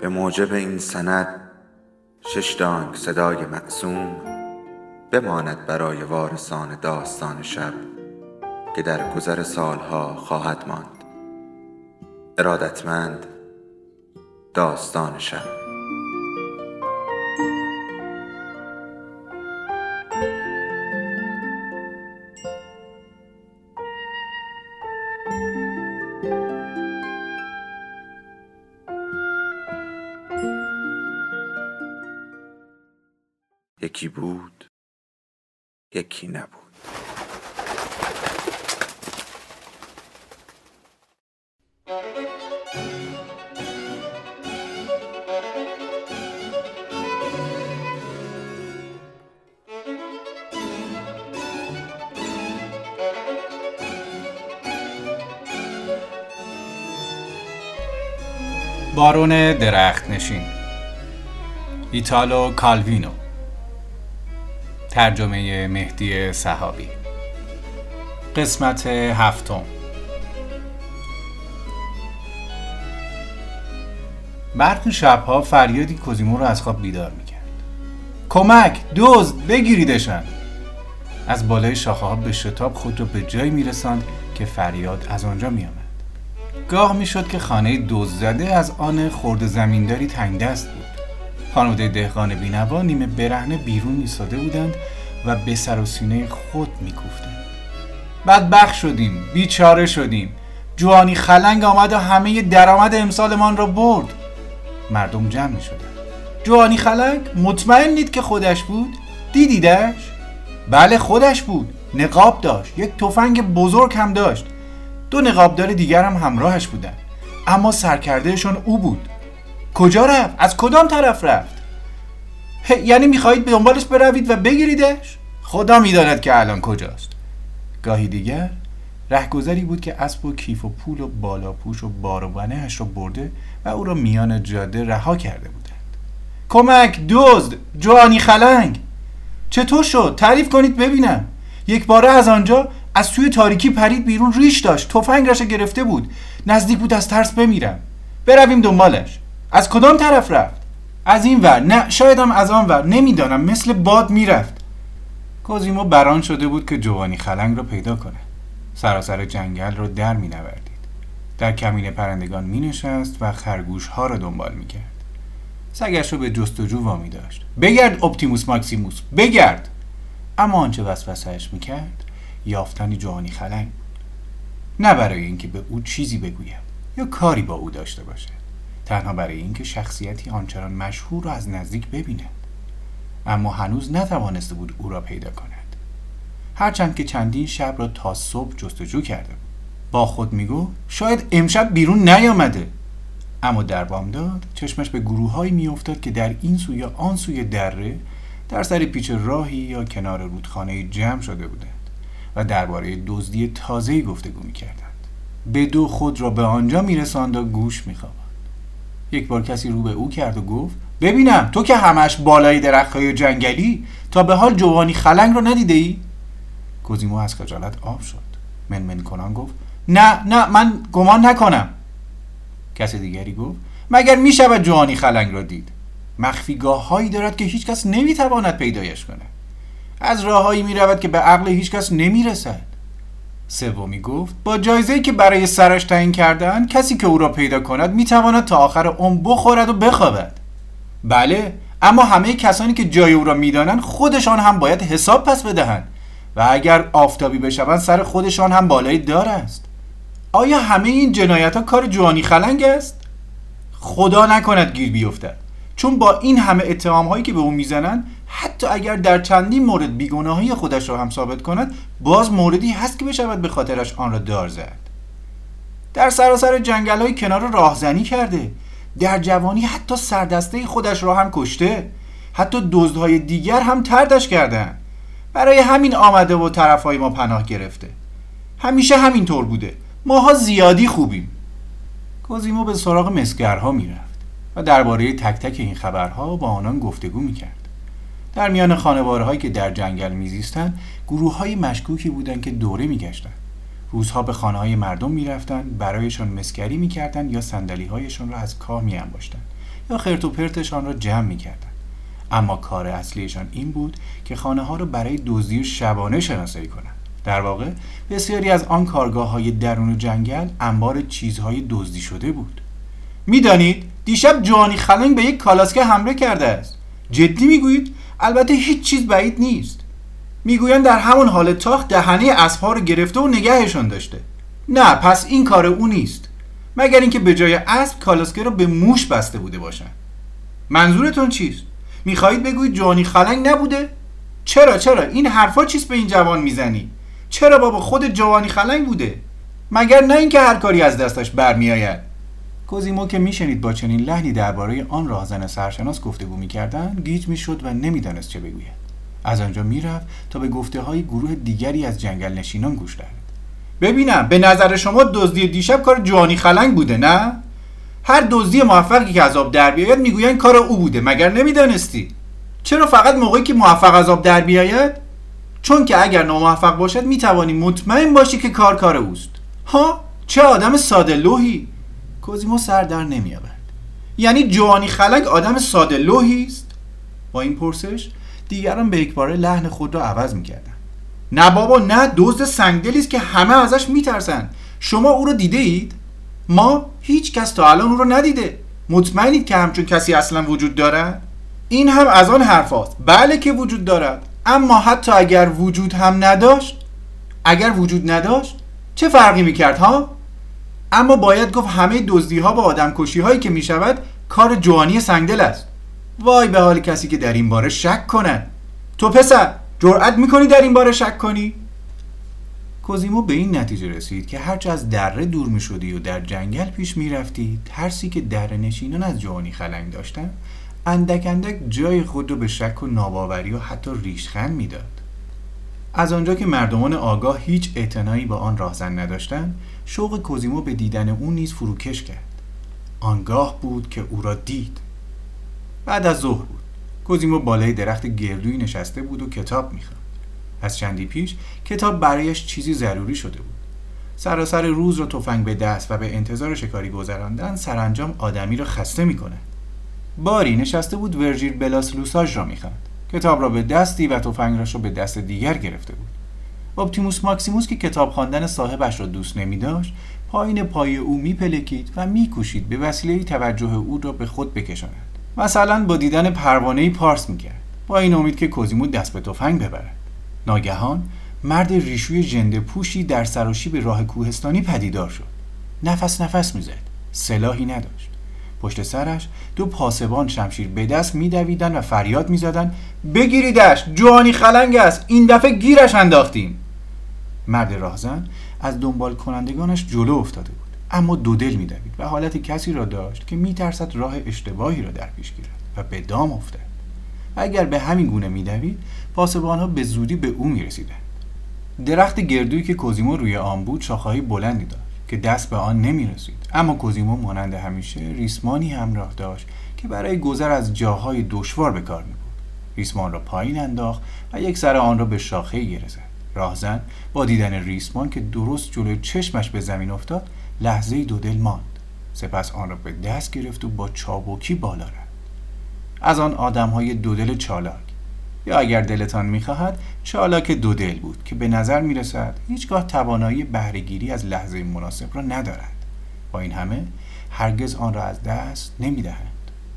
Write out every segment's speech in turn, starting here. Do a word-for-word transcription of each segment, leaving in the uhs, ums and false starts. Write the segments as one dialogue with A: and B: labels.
A: به موجب این سند شش دانگ صدای معصوم بماند برای وارثان داستان شب که در گذر سالها خواهد ماند. ارادتمند، داستان شب. یکی بود، یکی نبود.
B: بارون درخت نشین، ایتالو کالوینو. ترجمه مهدی سحابی. قسمت هفتم. برخی شبها فریادی کوزیمو رو از خواب بیدار میکرد. کمک! دزد! بگیریدشن! از بالای شاخه ها به شتاب خود رو به جایی میرساند که فریاد از آنجا میآمد. گاه میشد که خانه دزد زده از آن خرد زمینداری تنگ دست بود. خانواده دهقان بینوا نیمه برهنه بیرون میساده بودند و به سر و سینه خود میکوفتند. بدبخت شدیم، بیچاره شدیم. جوانی خلنگ آمد و همه درآمد امسالمان را برد. مردم جمع میشدند. جوانی خلنگ؟ مطمئنید که خودش بود؟ دیدیدش؟ بله خودش بود. نقاب داشت. یک تفنگ بزرگ هم داشت. دو نقابدار دیگر هم همراهش بودند. اما سرکردهشون او بود. کجا رفت؟ از کدام طرف رفت؟ یعنی میخواهید به دنبالش بروید و بگیریدش؟ خدا میداند که الان کجاست. گاهی دیگر رهگذری بود که اسب و کیف و پول و بالاپوش و بار و بنه‌اش را برده و او را میان جاده رها کرده بودند. کمک! دزد! جوانی خلنگ! چطور شد؟ تعریف کنید ببینم. یک باره از آنجا از توی تاریکی پرید بیرون، ریش داشت، تفنگ رش گرفته بود. نزدیک بود از ترس بمیرم. برویم دنبالش. از کدام طرف رفت؟ از این ور. نه، شاید هم از آن ور. نمیدانم، مثل باد میرفت. کوزیمو بران شده بود که جوانی خلنگ را پیدا کنه. سراسر جنگل را در می نوردید. در کمین پرندگان می نشست و خرگوش ها را دنبال می کرد. سگش رو به جستجو وامی داشت. بگرد اپتیموس ماکسیموس، بگرد! اما آنچه وسوسه‌اش می کرد یافتن جوانی خلنگ بود. نه برای اینکه به او چیزی بگوید یا کاری با او داشته باشد، تنها برای اینکه شخصیتی آنچنان مشهور را از نزدیک ببیند. اما هنوز نتوانسته بود او را پیدا کند، هرچند که چندین شب را تا صبح جستجو کرده بود. با خود میگفت شاید امشب بیرون نیامده. اما در بامداد چشمش به گروه‌هایی میافتاد که در این سوی یا آن سوی دره، در سر پیچ راهی یا کنار رودخانه جمع شده بودند و درباره دزدی تازه‌ای گفتگو می‌کردند. به دو خود را به آنجا می‌رساند و گوش می‌خواباند. یک بار کسی رو به او کرد و گفت ببینم تو که همش بالای درخت‌های جنگلی، تا به حال جوانی خلنگ را ندیده‌ای؟ کوزیمو از خجالت آب شد. منمن کنان گفت نه نه، من گمان نکنم. کسی دیگری گفت مگر می‌شود جوانی خلنگ را دید؟ مخفیگاه‌هایی دارد که هیچ کس نمی‌تواند پیدایش کند. از راههایی می‌رود که به عقل هیچ کس نمی‌رسد. سومی گفت با جایزه‌ای که برای سرش تعیین کردند، کسی که او را پیدا کند می‌تواند تا آخر عمر بخورد و بخوابد. بله، اما همه کسانی که جای او را می‌دانند خودشان هم باید حساب پس بدهند و اگر آفتابی بشوند سر خودشان هم بالای دار است. آیا همه این جنایت‌ها کار جوانی خلنگ است؟ خدا نکند گیر بیفتد، چون با این همه اتهام‌هایی که به او میزنند، حتی اگر در چندین مورد بیگناهی خودش را هم ثابت کند، باز موردی هست که بشود به خاطرش آن را دار زد. در سراسر جنگل‌های کنار راهزنی کرده، در جوانی حتی سردسته خودش را هم کشته، حتی دزدهای دیگر هم طردش کردند. برای همین آمده و طرفای ما پناه گرفته. همیشه همین طور بوده. ماها زیادی خوبیم. کوزیمو به سراغ مسگرها میرفت و درباره تک تک این خبرها با آنان گفتگو میکرد. در میان خانوارهایی که در جنگل میزیستند، گروه‌های مشکوکی بودند که دوره میگشتند. روزها به خانه‌های مردم میرفتند، برایشان مسگری میکردند یا صندلی‌هایشان را از کاه میانباشتند یا خرت و پرتشان را جمع می‌کردند. اما کار اصلیشان این بود که خانه‌ها را برای دزدی شبانه شناسایی کنند. در واقع بسیاری از آن کارگاه‌های درون جنگل انبار چیزهای دزدی شده بود. می‌دانید دیشب جوانی خلنگ به یک کالاسکه حمله کرده است. جدی میگویید؟ البته هیچ چیز بعید نیست. میگویند در همون حال تاخت دهنه اسب‌ها رو گرفته و نگهشان داشته. نه، پس این کار او نیست. مگر اینکه به جای اسب کالاسکه رو به موش بسته بوده باشن. منظورتون چیست؟ میخواهید بگویید جوانی خلنگ نبوده؟ چرا چرا این حرفا چیست به این جوان میزنی؟ چرا بابا خود جوانی خلنگ بوده؟ مگر نه اینکه هر کاری از دستش برمیآید؟ کوزیمو که میشنید با چنین لحنی درباره آن راهزن سرشناس گفتگو میکردند گیج میشد و نمیدانست چه بگوید. از آنجا میرفت تا به گفته‌های گروه دیگری از جنگل نشینان گوش دهد. ببینم به نظر شما دزدی دیشب کار جوانی خلنگ بوده نه؟ هر دزدی موفقی که از آب در بیاید میگویند کار او بوده، مگر نمیدانستی؟ چرا فقط موقعی که موفق از آب در بیاید؟ چون که اگر ناموفق باشد میتوانی مطمئن باشی که کار کار اوست. ها؟ چه آدم ساده لوحی! کوزیمو سر در نمیآورد. یعنی جوانی خلنگ آدم ساده لوحی است؟ با این پرسش دیگران به یکباره لحن خود را عوض میکردند. نه بابا نه، دزد سنگدلی است که همه ازش میترسن. شما او رو دیده اید؟ ما هیچ کس تا الان او رو ندیده. مطمئنید که همچون کسی اصلا وجود دارد؟ این هم از آن حرفاست. بله که وجود دارد، اما حتی اگر وجود هم نداشت، اگر وجود نداشت چه فرقی میکرد ها؟ اما باید گفت همه دزدی ها و آدم کشی هایی که میشود کار جوانی سنگدل است. وای به حال کسی که در این باره شک کنه. تو پسر جرأت میکنی در این باره شک کنی؟ کوزیمو به این نتیجه رسید که هرچه از دره دور میشدی و در جنگل پیش میرفتی، ترسی که دره نشینان از جوانی خلنگ داشتن اندک اندک جای خود رو به شک و ناباوری و حتی ریشخند میداد. از آنجا که مردمان آگاه هیچ اعتنایی با آن راهزن نداشتند، شوق کوزیمو به دیدن او نیز فروکش کرد. آنگاه بود که او را دید. بعد از ظهر بود. کوزیمو بالای درخت گردویی نشسته بود و کتاب می‌خواند. از چندی پیش کتاب برایش چیزی ضروری شده بود. سراسر روز را تفنگ به دست و به انتظار شکاری گذراندن سرانجام آدمی را خسته می‌کند. باری نشسته بود ورژیل بلاس لوساژ را می‌خواند. کتاب را به دستی و تفنگش را به دست دیگر گرفته بود. اپتیموس ماکسیموس که کتاب خواندن صاحبش را دوست نمی‌داشت، پایین پای او می‌پلکید و می‌کوشید به وسیله توجه او را به خود بکشاند. مثلا با دیدن پروانه‌ای پارس می‌کرد، با این امید که کوزیمو دست به تفنگ ببرد. ناگهان مرد ریشوی ژنده پوشی در سراشیب راه کوهستانی پدیدار شد. نفس نفس می‌زد، سلاحی نداشت. پشت سرش دو پاسبان شمشیر به دست می‌دویدند و فریاد می‌زدند بگیریدش، جوانی خلنگ است، این دفعه گیرش انداختیم. مرد راهزن از دنبال کنندگانش جلو افتاده بود، اما دودل می‌دوید و حالت کسی را داشت که می‌ترسد راه اشتباهی را در پیش گیرد و به دام افتد. اگر به همین گونه می‌دوید، پاسبان‌ها به زودی به او می‌رسیدند. درخت گردویی که کوزیمو روی آن بود شاخه‌های بلندی داشت که دست به آن نمی‌رسید، اما کوزیمو مانند همیشه ریسمانی همراه داشت که برای گذر از جاهای دشوار به کار می‌برد. ریسمان را پایین انداخت و یک سر آن را به شاخه‌ای گرفت. راهزن با دیدن ریسمان که درست جلوی چشمش به زمین افتاد، لحظه‌ای دودل ماند. سپس آن را به دست گرفت و با چابکی بالا رفت. از آن آدم‌های دودل چالاک، یا اگر دلتان می‌خواهد چالاک دودل بود که به نظر می‌رسد هیچگاه توانایی بهره‌گیری از لحظه مناسب را ندارد. با این همه هرگز آن را از دست نمی‌دهند.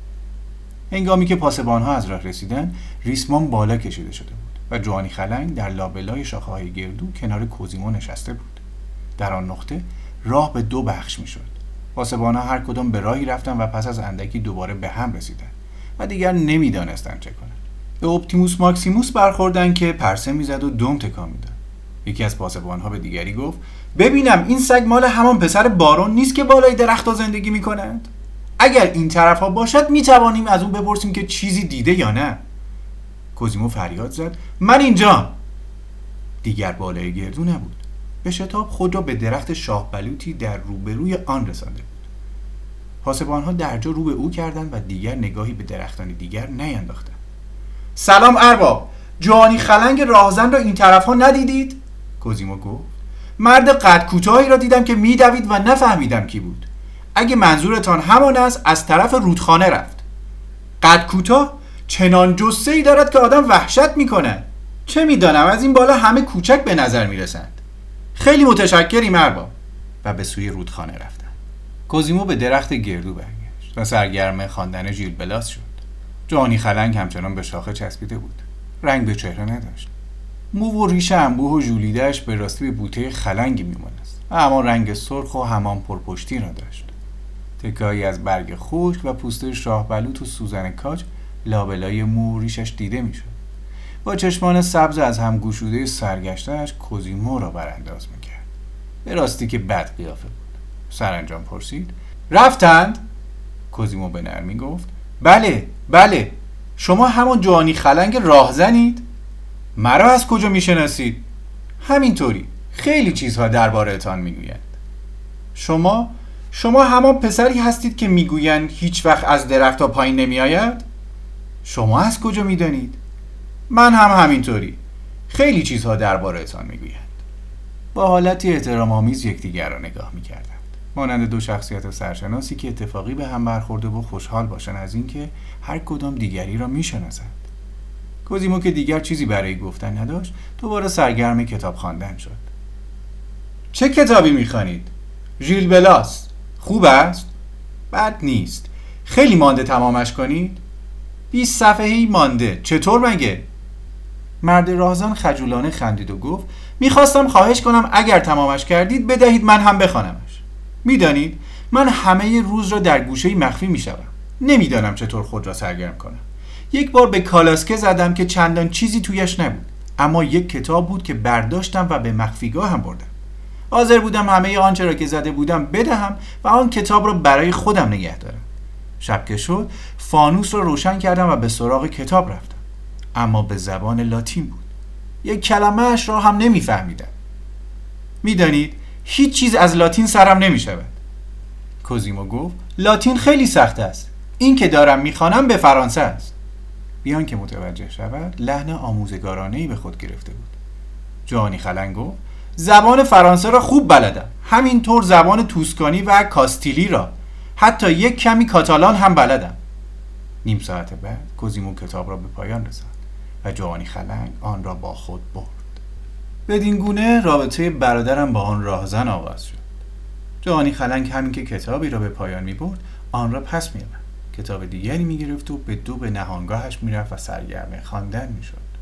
B: هنگامی که پاسبان‌ها از راه رسیدند، ریسمان بالا کشیده شده بود و جوانی خلنگ در لابلای شاخه‌های گردو کنار کوزیمو نشسته بود. در آن نقطه راه به دو بخش می‌شد. پاسبان‌ها هر کدام به راهی رفتند و پس از اندکی دوباره به هم رسیدند و دیگر نمی‌دانستند چه کنند. به اپتیموس ماکسیموس برخوردند که پرسه می‌زد و دم تکان می‌داد. یکی از پاسبان‌ها به دیگری گفت: ببینم این سگ مال همان پسر بارون نیست که بالای درخت‌ها زندگی می‌کنند؟ اگر این طرف‌ها باشد می‌توانیم از اون بپرسیم که چیزی دیده یا نه. کوزیمو فریاد زد: من اینجام. دیگر بالای گردو نبود. به شتاب خود را به درخت شاه بلوطی در روبروی آن رسانده بود. پاسبان‌ها درجا رو به او کردند و دیگر نگاهی به درختان دیگر نینداختند. سلام ارباب، جوانی خلنگ راهزن را این طرف‌ها ندیدید؟ کوزیمو گفت. مرد قد کوتاهی را دیدم که می‌دوید و نفهمیدم کی بود. اگه منظورتان همان است، از طرف رودخانه رفت. قد کوتاه، چنان جثه‌ای دارد که آدم وحشت میکنه. چه میدانم از این بالا همه کوچک به نظر میرسند. خیلی متشکریم ارباب. و به سوی رودخانه رفتند. کوزیمو به درخت گردو برگشت و سرگرم خواندن ژیل بلاس شد. جوانی خلنگ همچنان به شاخه چسبیده بود. رنگ به چهره نداشت. مو و ریش انبوه و ژولیده‌اش به راستی به بوته خلنگی میمانست، اما رنگ سرخ و همان پرپشتی را داشت. تکه‌ای از برگ خشک و پوسته شاه بلوط و سوزن کاج لابلای مو و ریشش دیده میشد. با چشمان سبز از هم گشوده سرگشته‌اش کوزیمو را برانداز میکرد. به راستی که بد قیافه بود. سرانجام پرسید: رفتند؟ کوزیمو به نرمی گفت: بله بله. شما همون جوانی خلنگ راهزنید؟ مرا از کجا میشناسید؟ همینطوری خیلی چیزها درباره‌تان میگویند. شما شما همان پسری هستید که میگویند هیچ وقت از درخت‌ها پایین نمیآید؟ شما از کجا میدانید؟ من هم همینطوری خیلی چیزها درباره‌تان میگویند. با حالتی احترام‌آمیز یکدیگر را نگاه می‌کردند، مانند دو شخصیت سرشناسی که اتفاقی به هم برخورده و خوشحال باشند از اینکه هر کدام دیگری را می‌شناسند. کوزیمو که دیگر چیزی برای گفتن نداشت، دوباره سرگرم کتاب خواندن شد. چه کتابی می‌خوانید؟ ژیل بلاس. خوب است؟ بد نیست. خیلی مانده تمامش کنید؟ بیست صفحه‌ای مانده. چطور مگه؟ مرد راهزن خجولانه خندید و گفت: میخواستم خواهش کنم اگر تمامش کردید بدهید من هم بخوانمش. میدانید من همه روز را در گوشه‌ای مخفی میشوم. نمیدانم چطور خود را سرگرم کنم. یک بار به کالاسکه زدم که چندان چیزی تویش نبود، اما یک کتاب بود که برداشتم و به مخفیگاه هم بردم. حاضر بودم همه آنچه را که زده بودم بدهم و آن کتاب را برای خودم نگه دارم. شب که شد فانوس را روشن کردم و به سراغ کتاب رفتم، اما به زبان لاتین بود. یک کلمه اش را هم نمیفهمیدم. میدانید هیچ چیز از لاتین سرم نمی شود. کوزیمو گفت: لاتین خیلی سخت است. این که دارم میخوانم به فرانسه است. بیان که متوجه شود لحن آموزگارانه‌ای به خود گرفته بود. جوانی خلنگ گفت: زبان فرانسه را خوب بلدم، همینطور زبان توسکانی و کاستیلی را، حتی یک کمی کاتالان هم بلدم. نیم ساعت بعد کوزیمو کتاب را به پایان رساند و جوانی خلنگ آن را با خود برد. بدین گونه رابطه برادرم با آن راهزن آغاز شد. جوانی خلنگ همین که کتابی را به پایان می برد آن را پس می آورد، کتاب دیگری می گرفت و به دو به نهانگاهش می رفت و سرگرم خواندن می شد.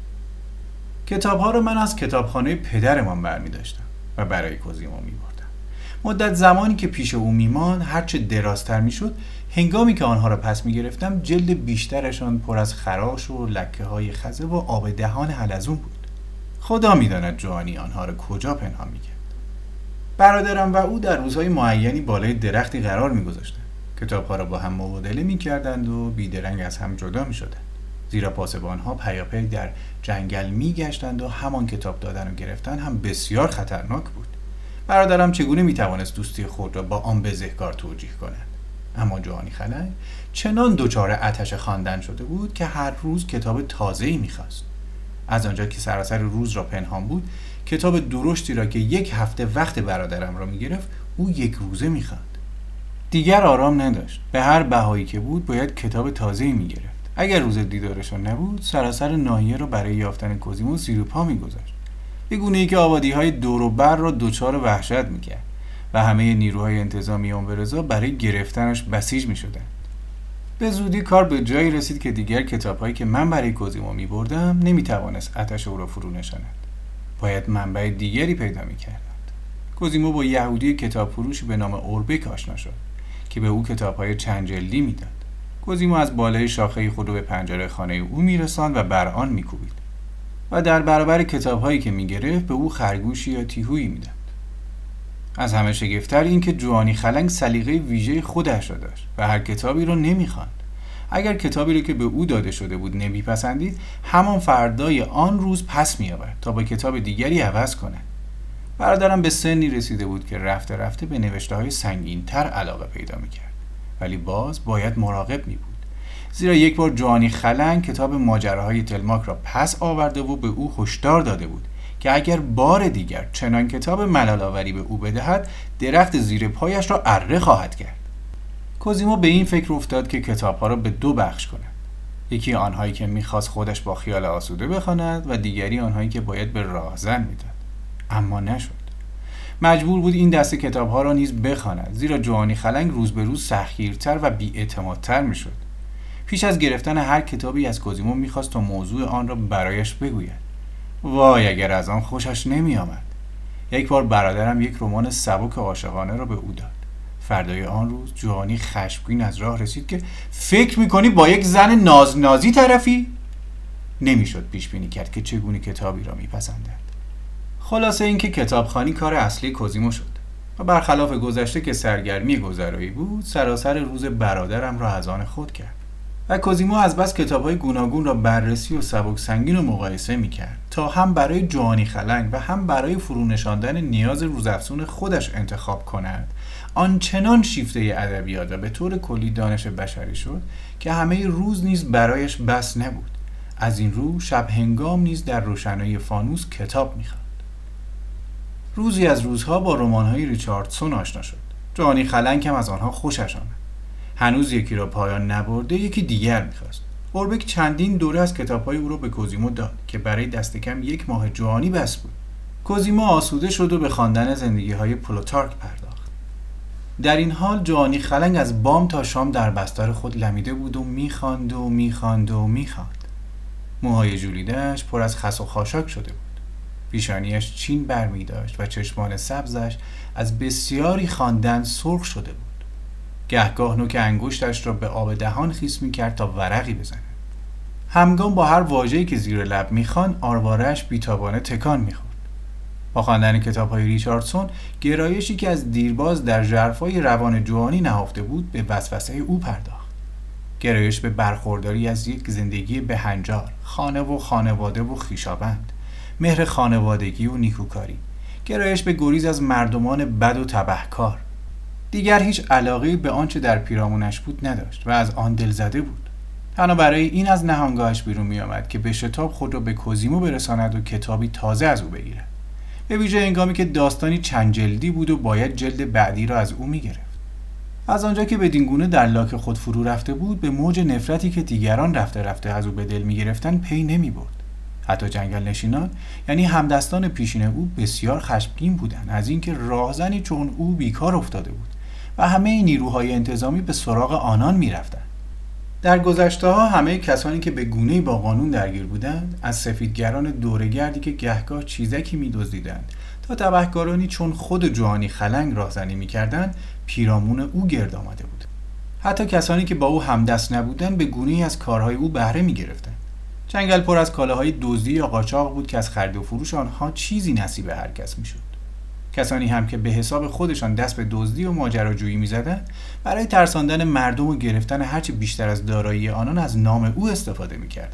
B: کتابها را من از کتابخانه پدرمان برمی داشتم و برای کوزیمو می بردم. مدت زمانی که پیش او می ماند هرچه درازتر می شد، هنگامی که آنها را پس می گرفتم جلد بیشترشان پر از خراش و لکه های خزه و آب دهان حلزون بود. خدا می داند جوانی آنها را کجا پنهان می کرد. برادرم و او در روزهای معینی بالای درختی قرار می گذاشتند. کتابها را با هم مبادله می کردند و بیدرنگ از هم جدا می شدند. زیرا پاسبانها پیاپی در جنگل می گشتند و همان کتاب دادن و گرفتن هم بسیار خطرناک بود. برادرم چگونه می توانست دوستی خود را با آن بزهکار توجیه کند؟ اما جوانی خلنگ چنان دچار آتش خواندن شده بود که هر روز کتاب تازه‌ای می‌خواست. از آنجا که سراسر روز را پنهان بود، کتاب درشتی را که یک هفته وقت برادرم را می‌گرفت، او یک روزه می‌خواند. دیگر آرام نداشت. به هر بهایی که بود باید کتاب تازه‌ای می‌گرفت. اگر روز دیدارشان نبود، سراسر ناحیه را برای یافتن کوزیمو زیر پا می‌گذاشت. به گونه‌ای که آبادی‌های دور و بر را دچار وحشت می‌کرد و همه نیروهای انتظامی اونورزا برای گرفتنش بسیج می‌شدند. به زودی کار به جایی رسید که دیگر کتاب‌هایی که من برای کوزیمو می‌بردم نمی‌توانست آتش او را فرو نشاند. باید منبع دیگری پیدا می‌کردند. کوزیمو با یهودی کتاب فروشی به نام اوربک آشنا شد که به او کتاب‌های چند جلدی می‌داد. کوزیمو از بالای شاخه خود رو به پنجره خانه او می‌رساند و بر آن می‌کوبید و در برابر کتاب‌هایی که می‌گرفت به او خرگوشی یا تیهویی می‌داد. از همه شگفت‌تر این که جوانی خلنگ سلیقه ویژه خودش را داشت و هر کتابی را نمی‌خواند. اگر کتابی را که به او داده شده بود نمی‌پسندید، همان فردای آن روز پس می‌آورد تا با کتاب دیگری عوض کند. برادرم به سنی رسیده بود که رفته رفته به نوشته‌های سنگین‌تر علاقه پیدا می‌کرد، ولی باز باید مراقب می‌بود. زیرا یک بار جوانی خلنگ کتاب ماجراهای تلماک را پس آورده و به او هشدار داده بود که اگر بار دیگر چنان کتاب ملال‌آوری به او بدهد، درخت زیر پایش را اره خواهد کرد. کوزیمو به این فکر افتاد که کتاب‌ها را به دو بخش کند. یکی آنهایی که میخواست خودش با خیال آسوده بخواند و دیگری آنهایی که باید به راهزن میداد. اما نشد. مجبور بود این دسته کتابها را نیز بخواند، زیرا جوانی خلنگ روز به روز سختگیرتر و بی‌اعتمادتر میشد. پیش از گرفتن هر کتابی از کوزیمو میخواست تا موضوع آن را برایش بگوید. وای اگر از آن خوشش نمیآمد. یک بار برادرم یک رمان سبک عاشقانه را به او داد. فردای آن روز جوانی خشمگین از راه رسید که فکر میکنی با یک زن نازنازی طرفی؟ نمیشد پیش بینی کرد که چگونه کتابی را میپسندد. خلاصه اینکه کتابخوانی کار اصلی کوزیمو شد و برخلاف گذشته که سرگرمی گذرایی بود، سراسر روز برادرم را از آن خود کرد. و کوزیمو از بس کتاب‌های گوناگون را بررسی و سبک سنگین و مقایسه می‌کرد تا هم برای جوانی خلنگ و هم برای فرونشاندن نیاز روزافزون خودش انتخاب کند. آنچنان شیفته ادبیات و به طور کلی دانش بشری شد که همه روز نیز برایش بس نبود. از این رو شب هنگام نیز در روشنایی فانوس کتاب می‌خواند. روزی از روزها با رمان‌های ریچاردسون آشنا شد. جوانی خلنگ هم از آنها خوشش آمد. هنوز یکی را پایان نبرده یکی دیگر می‌خواست. اوربک چندین دوره از کتاب‌های او را به کوزیمو داد که برای دست کم یک ماه جوانی بس بود. کوزیمو آسوده شد و به خواندن زندگی‌های پلوتارک پرداخت. در این حال جوانی خلنگ از بام تا شام در بستر خود لمیده بود و می‌خواند و می‌خواند و می‌خواند. موهای ژولیده‌اش پر از خس و خاشاک شده بود. پیشانیش چین برمی داشت و چشمان سبزش از بسیاری خواندن سرخ شده بود. گهگاه نوک انگشتش را به آب دهان خیس می کرد تا ورقی بزند. همگام با هر واژه‌ای که زیر لب می خواند آرواره‌اش بیتابانه تکان می خورد. با خواندن کتاب‌های ریچاردسون گرایشی که از دیرباز در ژرفای روان جوانی نهفته بود به وسوسه او پرداخت. گرایش به برخورداری از یک زندگی بهنجار، خانه و خانواده و خویشاوند، مهر خانوادگی و نیکوکاری، گرایش به گریز از مردمان بد و تبهکار. دیگر هیچ علاقه‌ای به آنچه در پیرامونش بود نداشت و از آن دلزده بود. تنها برای این از نهانگاهش بیرون می آمد که به شتاب خود را به کوزیمو برساند و کتابی تازه از او بگیرد. به ویژه هنگامی که داستانی چند جلدی بود و باید جلد بعدی را از او می گرفت. از آنجا که بدین گونه در لاک خود فرو رفته بود، به موج نفرتی که دیگران رفته رفته از او به دل می گرفتن پی نمی برد. حتی جنگل نشینان، یعنی همدستان پیشین او، بسیار خشمگین بودند از اینکه راهزنی چون او بیکار افتاده بود و همه نیروهای انتظامی به سراغ آنان می رفتند. در گذشته‌ها همه کسانی که به گونه‌ای با قانون درگیر بودند، از سفیدگران دوره‌گردی که گهگاه چیزکی می‌دزدیدند تا تبهکارانی چون خود جوانی خلنگ راهزنی می‌کردند، پیرامون او گرد آمده بود. حتی کسانی که با او همدست نبودند به گونه‌ای از کارهای او بهره می‌گرفتند. جنگل پر از کالاهای دزدی یا قاچاق بود که از خرید و فروش آنها چیزی نصیب هر کس می‌شد. کسانی هم که به حساب خودشان دست به دزدی و ماجراجویی می‌زدند، برای ترساندن مردم و گرفتن هرچه بیشتر از دارایی آنان از نام او استفاده می‌کردند.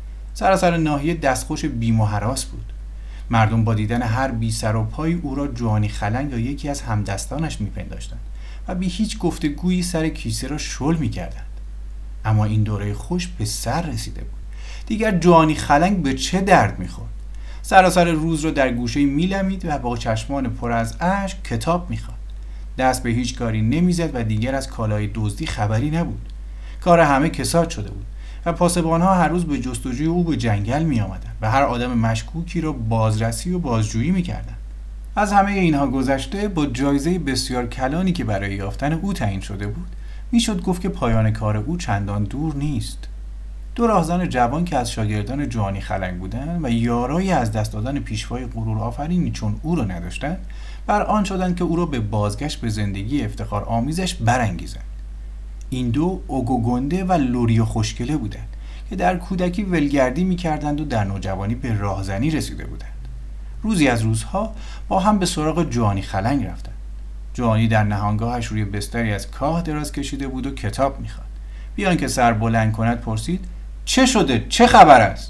B: سراسر ناحیه دستخوش بیم و هراس بود. مردم با دیدن هر بی سر و پای او را جوانی خلنگ یا یکی از همدستانش می‌پنداشتند و بی هیچ گفتگویی سر کیسه را شل می‌کردند. اما این دوره خوش به سر رسیده بود. دیگر جوانی خلنگ به چه درد می‌خورد؟ سراسر روز را در گوشه‌ای می‌لمید و با چشمان پر از اشک کتاب می‌خواند. دست به هیچ کاری نمی‌زد و دیگر از کالای دزدی خبری نبود. کار همه کساد شده بود و پاسبان‌ها هر روز به جستجوی او به جنگل می‌آمدند و هر آدم مشکوکی را بازرسی و بازجویی می‌کردند. از همه اینها گذشته، با جایزه بسیار کلانی که برای یافتن او تعیین شده بود، میشد گفت که پایان کار او چندان دور نیست. دو راهزن جوان که از شاگردان جوانی خلنگ بودند و یارای از دست دادن پیشوای غرور آفرینی چون او را نداشتند، بر آن شدند که او را به بازگشت به زندگی افتخار آمیزش برانگیزند. این دو اوگوگونده و لوریو خوشگله بودند که در کودکی ولگردی می‌کردند و در نوجوانی به راهزنی رسیده بودند. روزی از روزها با هم به سراغ جوانی خلنگ رفتند. جوانی در نهانگاهش روی بستری از کاه دراز کشیده بود و کتاب می‌خواند. بیان که سر بلند کند پرسید: چه شده؟ چه خبر است؟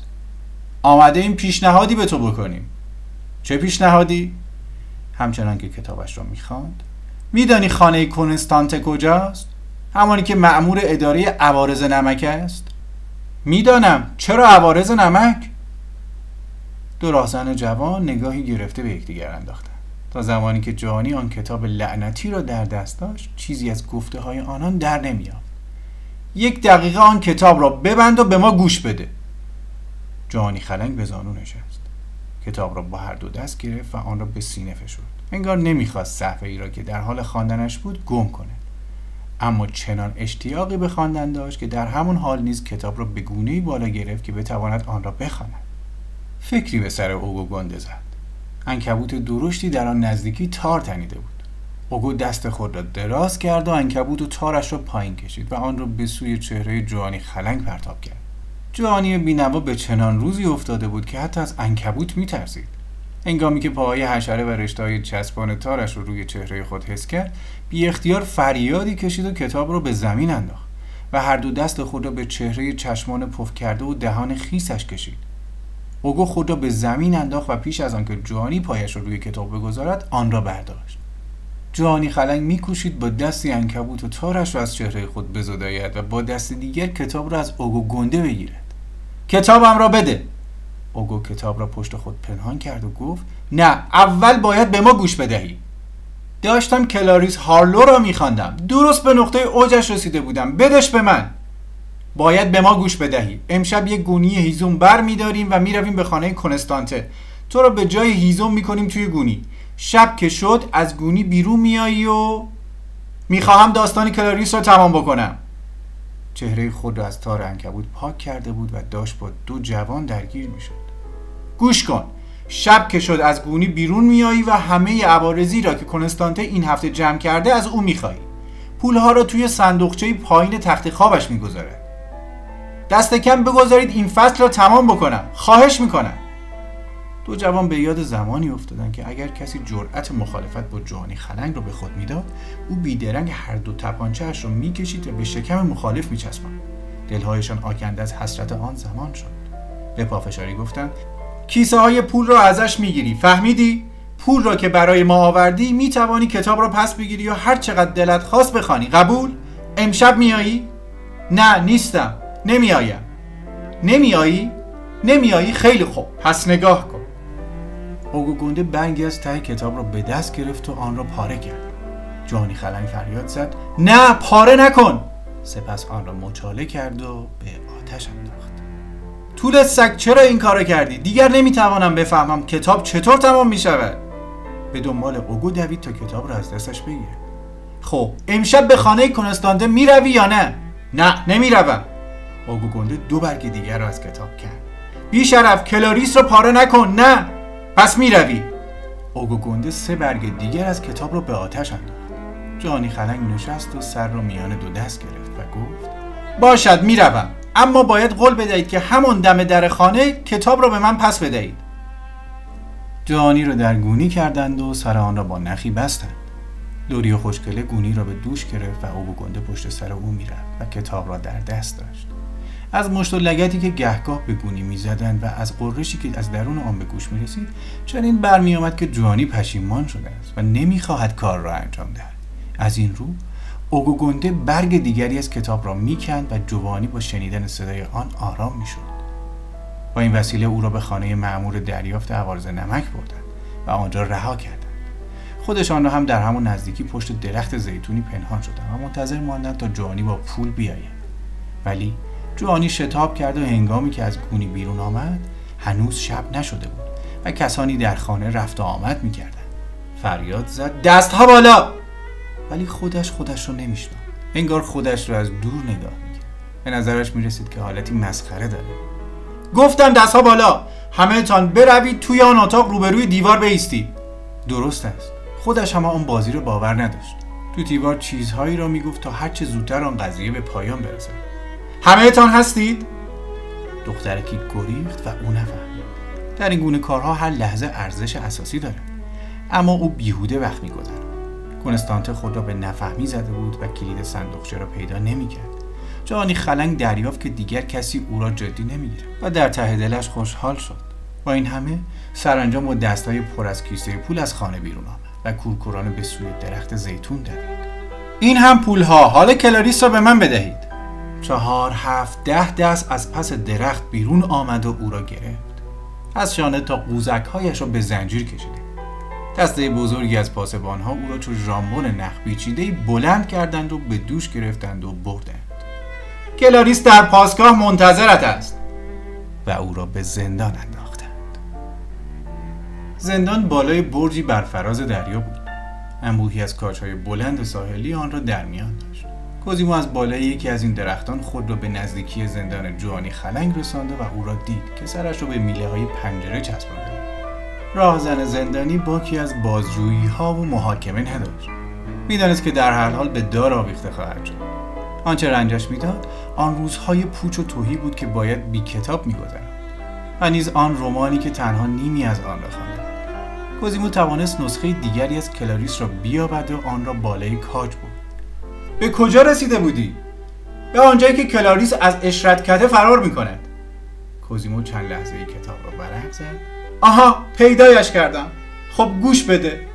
B: آمده این پیشنهادی به تو بکنیم. چه پیشنهادی؟ همچنان که کتابش را می‌خواند: میدانی خانه کنستانته کجاست؟ همانی که مأمور اداره عوارض نمک است؟ میدانم. چرا عوارض نمک؟ دو راهزن جوان نگاهی گرفته به یکدیگر انداختند. تا زمانی که جوانی آن کتاب لعنتی را در دست داشت، چیزی از گفته‌های آنان در نمی‌آمد. یک دقیقه آن کتاب را ببند و به ما گوش بده. جوانی خلنگ به زانو نشست. کتاب را با هر دو دست گرفت و آن را به سینه فشرد. انگار نمیخواست صفحه ای را که در حال خواندنش بود گم کنه. اما چنان اشتیاقی به خواندن داشت که در همون حال نیز کتاب را به گونه‌ای بالا گرفت که بتواند آن را بخواند. فکری به سر اوگو گنده زد. عنکبوت درشتی در آن نزدیکی تار تنیده بود. اوگو دست خود را دراز کرد و عنکبوت و تارش را پایین کشید و آن را به سوی چهره جوانی خلنگ پرتاب کرد. جوانی بی‌نوا به چنان روزی افتاده بود که حتی از عنکبوت می‌ترسید. هنگامی که پاهای حشره و رشته‌های چسبان تارش رو روی چهره خود حس کرد، بی اختیار فریادی کشید و کتاب رو به زمین انداخت و هر دو دست خود را به چهره چشمان پف کرده و دهان خیسش کشید. اوگو خود را به زمین انداخت و پیش از آنکه جوانی پایش را روی کتاب بگذارد، آن را برداشت. جوانی خلنگ می‌کوشید با دستی عنکبوت و تارش را از چهره خود بزداید و با دست دیگر کتاب را از اوگو گنده بگیرد. کتابم را بده. اوگو کتاب را پشت خود پنهان کرد و گفت نه، اول باید به ما گوش بدهی. داشتم کلاریس هارلو را می‌خواندم. درست به نقطه اوجش رسیده بودم. بدش به من. باید به ما گوش بدهی. امشب یک گونی هیزم بر می‌داریم و می‌رویم به خانه کنستانته. تو را به جای هیزم می‌کنیم توی گونی. شب که شد از گونی بیرون میایی و می‌خواهم داستان کلاریس را تمام بکنم. چهره خود را از تار عنکبوت پاک کرده بود و داشت با دو جوان درگیر می‌شد. گوش کن. شب که شد از گونی بیرون میایی و همه عوارضی را که کنستانته این هفته جمع کرده از او می‌خوای. پول‌ها را توی صندوقچه پایین تخت خوابش می‌گذارد. دست کم بگذارید این فصل را تمام بکنم. خواهش می‌کنم. دو جوان به یاد زمانی افتادند که اگر کسی جرأت مخالفت با جوانی خلنگ را به خود میداد، او بیدرنگ هر دو تپانچه‌اش را می‌کشید و به شکم مخالف می‌چسباند. دل‌هایشان آکنده از حسرت آن زمان شد. به پافشاری گفتند کیسه های پول را ازش میگیری، فهمیدی؟ پول را که برای ما آوردی میتوانی کتاب را پس بگیری یا هر چقدر دلت خواست بخوانی. قبول؟ امشب میایی؟ نه نیستم. نمیایم. نمیایی؟ نمیایی؟ خیلی خوب. پس نگاه کن. اوگو گنده برگی از ته کتاب را به دست گرفت و آن را پاره کرد. جوانی خلنگ فریاد زد نه، پاره نکن. سپس آن را مچاله کرد و به آتش انداخت. طول سگ چرا این کارو کردی؟ دیگر نمیتوانم بفهمم کتاب چطور تمام میشود. به دنبال اوگو دوید تا کتاب را از دستش بگیره. خب امشب به خانه کنستانته میروی یا نه؟ نه نمیروم. اوگو گنده دو برگ دیگر را از کتاب کرد. بی شرف، کلاریس را پاره نکن. نه. پس میروی. اوگو گنده سه برگ دیگر از کتاب را به آتش انداخت. جوانی خلنگ نشست و سر را میان دو دست گرفت و گفت باشد میروم، اما باید قول بدهید که همون دم در خانه کتاب را به من پس بدهید. جوانی را در گونی کردند و سر آن را با نخی بستند. لوری و خوشگله گونی را به دوش گرفت و اوگو گنده پشت سر او میرفت و کتاب را در دست داشت. از مشت و لگدی که گهگاه به گونی میزدند و از قرشی که از درون آن به گوش میرسید، چنین برمی آمد که جوانی پشیمان شده است و نمیخواهد کار را انجام دهد. از این رو اوگو گنده برگ دیگری از کتاب را میکند و جوانی با شنیدن صدای آن آرام میشد. با این وسیله او را به خانه مأمور دریافت عوارض نمک بردند و آنجا رها کردند. خودشان را هم در همون نزدیکی پشت درخت زیتونی پنهان شدند و منتظر ماندند تا جوانی با پول بیاید. ولی جوانی شتاب کرد و هنگامی که از گونی بیرون آمد هنوز شب نشده بود و کسانی در خانه رفت و آمد میکردند. فریاد زد دستها بالا! ولی خودش خودش رو نمیشناخت. انگار خودش رو از دور نگاه میکرد. به نظرش میرسید که حالتی مسخره داره. گفتم دستها بالا! همه تان بروید توی آن اتاق روبروی دیوار بایستید. درست است. خودش هم آن بازی رو باور نداشت. تو دیوار چیزهایی را میگفت تا هر چه زودتر آن قضیه به پایان برسد. همه تان هستید؟ دخترکی گریخت و او نفهمید. در این گونه کارها هر لحظه ارزش اساسی داره. اما او بیهوده وقت می‌گذراند. کنستانته خود را به نفهمی زده بود و کلید صندوقچه را پیدا نمی‌کرد. جوانی خلنگ دریافت که دیگر کسی او را جدی نمی‌گیرد و در ته دلش خوشحال شد. با این همه سرانجام با دستای پر از کیسه پول از خانه بیرون آمد و کورکورانه به سوی درخت زیتون دوید. این هم پول‌ها، حالا کلاریس را به من بدهید. چهار هفت ده دست از پس درخت بیرون آمد و او را گرفت. از شانه تا قوزک‌هایش را به زنجیر کشیده. دسته بزرگی از پاسبان‌ها او را چون ژامبون نخ پیچیده‌ای بلند کردند و به دوش گرفتند و بردند. کلاریس در پاسگاه منتظرت است و او را به زندان انداختند. زندان بالای برجی بر فراز دریا بود. انبوهی از کاج‌های بلند ساحلی آن را در میان داشت. کوزیمو از بالای یکی از این درختان خود را به نزدیکی زندان جوانی خلنگ رسانده و او را دید که سرش را به میله‌های پنجره چسبانده بود. راهزن زندانی باکی از بازجویی‌ها و محاکمه نداشت. می‌دانست که در هر حال به دار آویخته خواهد شد. آنچه رنجش می‌داد آن روزهای پوچ و تهی بود که باید بی کتاب می‌گذراند و نیز آن رمانی که تنها نیمی از آن را خوانده بود. کوزیمو توانست نسخه دیگری از کلاریس را بیابد و آن را بالای کاج بود. به کجا رسیده بودی؟ به آنجایی که کلاریس از اشرتکده فرار می‌کند. کوزیمو چند لحظه ای کتاب را ورق زد. آها، پیدایش کردم. خب گوش بده.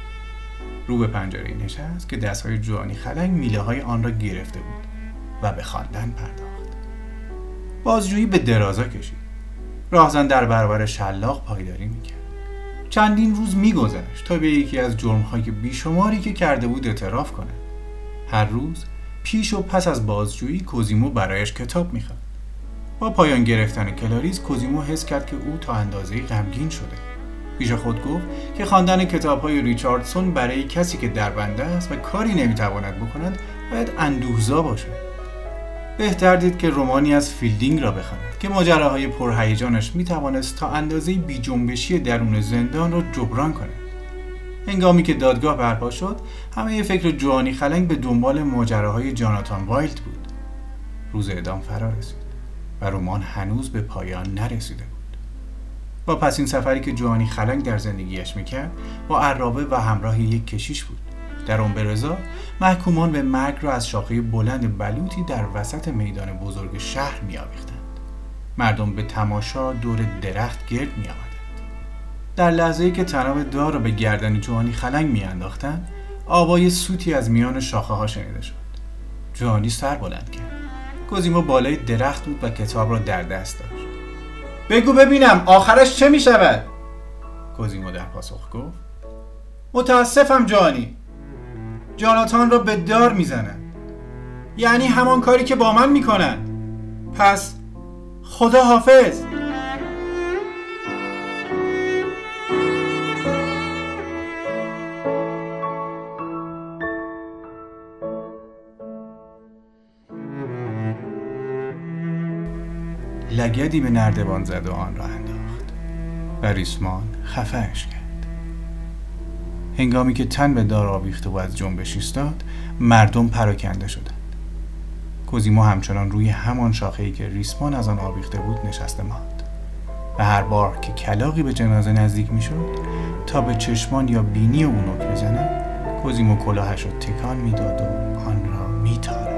B: رو به پنجره نشست که دست‌های جوانی خلنگ میله‌های آن را گرفته بود و به خواندن پرداخت. بازجویی به درازا کشید. راهزن در برابر شلاق پایداری می‌کرد. چندین روز می‌گذشت تا به یکی از جرم‌های بیشماری که کرده بود اعتراف کند. هر روز پیش و پس از بازجویی کوزیمو برایش کتاب می‌خواند. با پایان گرفتن کلاریس کوزیمو حس کرد که او تا اندازه‌ای غمگین شده. پیش خود گفت که خواندن کتاب‌های ریچاردسون برای کسی که دربنده است و کاری نمی‌تواند بکند باید اندوهزا باشد. بهتر دید که رمانی از فیلدینگ را بخواند که ماجراهای پرهیجانش می‌توانست تا اندازه‌ای بی‌جنبشی درون زندان را جبران کند. هنگامی که دادگاه برپا شد، همه فکر جوانی خلنگ به دنبال ماجراهای جاناتان وایلد بود. روز اعدام فرا رسید و رمان هنوز به پایان نرسیده بود. با پس این سفری که جوانی خلنگ در زندگیش میکرد، با عرابه و همراه یک کشیش بود. در امبرزا محکومان به مرگ را از شاخه بلند بلوطی در وسط میدان بزرگ شهر میآویختند. مردم به تماشا دور درخت گرد میآمدند. در لحظه‌ای که طناب دار را به گردن جوانی خلنگ میانداختند، آوای سوتی از میان شاخه‌ها شنیده شد. جوانی سر بلند کرد. کوزیمو بالای درخت بود و کتاب را در دست داشت. بگو ببینم آخرش چه می شود؟ کوزیمو در پاسخ گفت متاسفم جوانی. جاناتان را به دار می زنند. یعنی همان کاری که با من می کنند. پس خدا حافظ. لگدی به نردبان زد و آن را انداخت و ریسمان خفه‌اش کرد. هنگامی که تن به دار آویخته و از جنبش ایستاد، مردم پراکنده شدند. کوزیمو همچنان روی همان شاخه‌ای که ریسمان از آن آویخته بود نشسته ماند و هر بار که کلاغی به جنازه نزدیک می‌شد تا به چشمان یا بینی او نوک بزند، کوزیمو کلاهش را تکان می‌داد و آن را می‌تارد.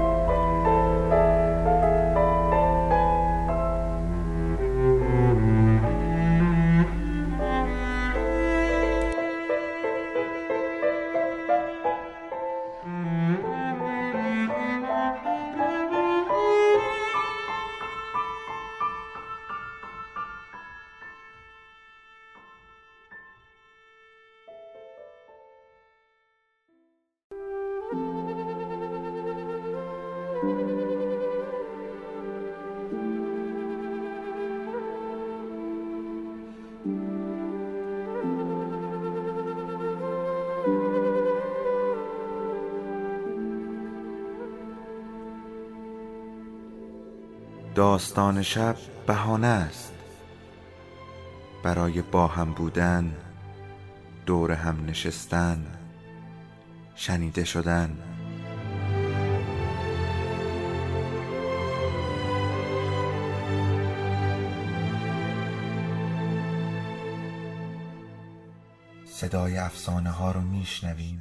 A: داستان شب بهانه است برای با هم بودن، دور هم نشستن، شنیده شدن. صدای افسانه ها رو میشنویم.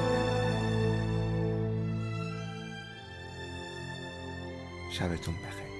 A: شبتون بخیر.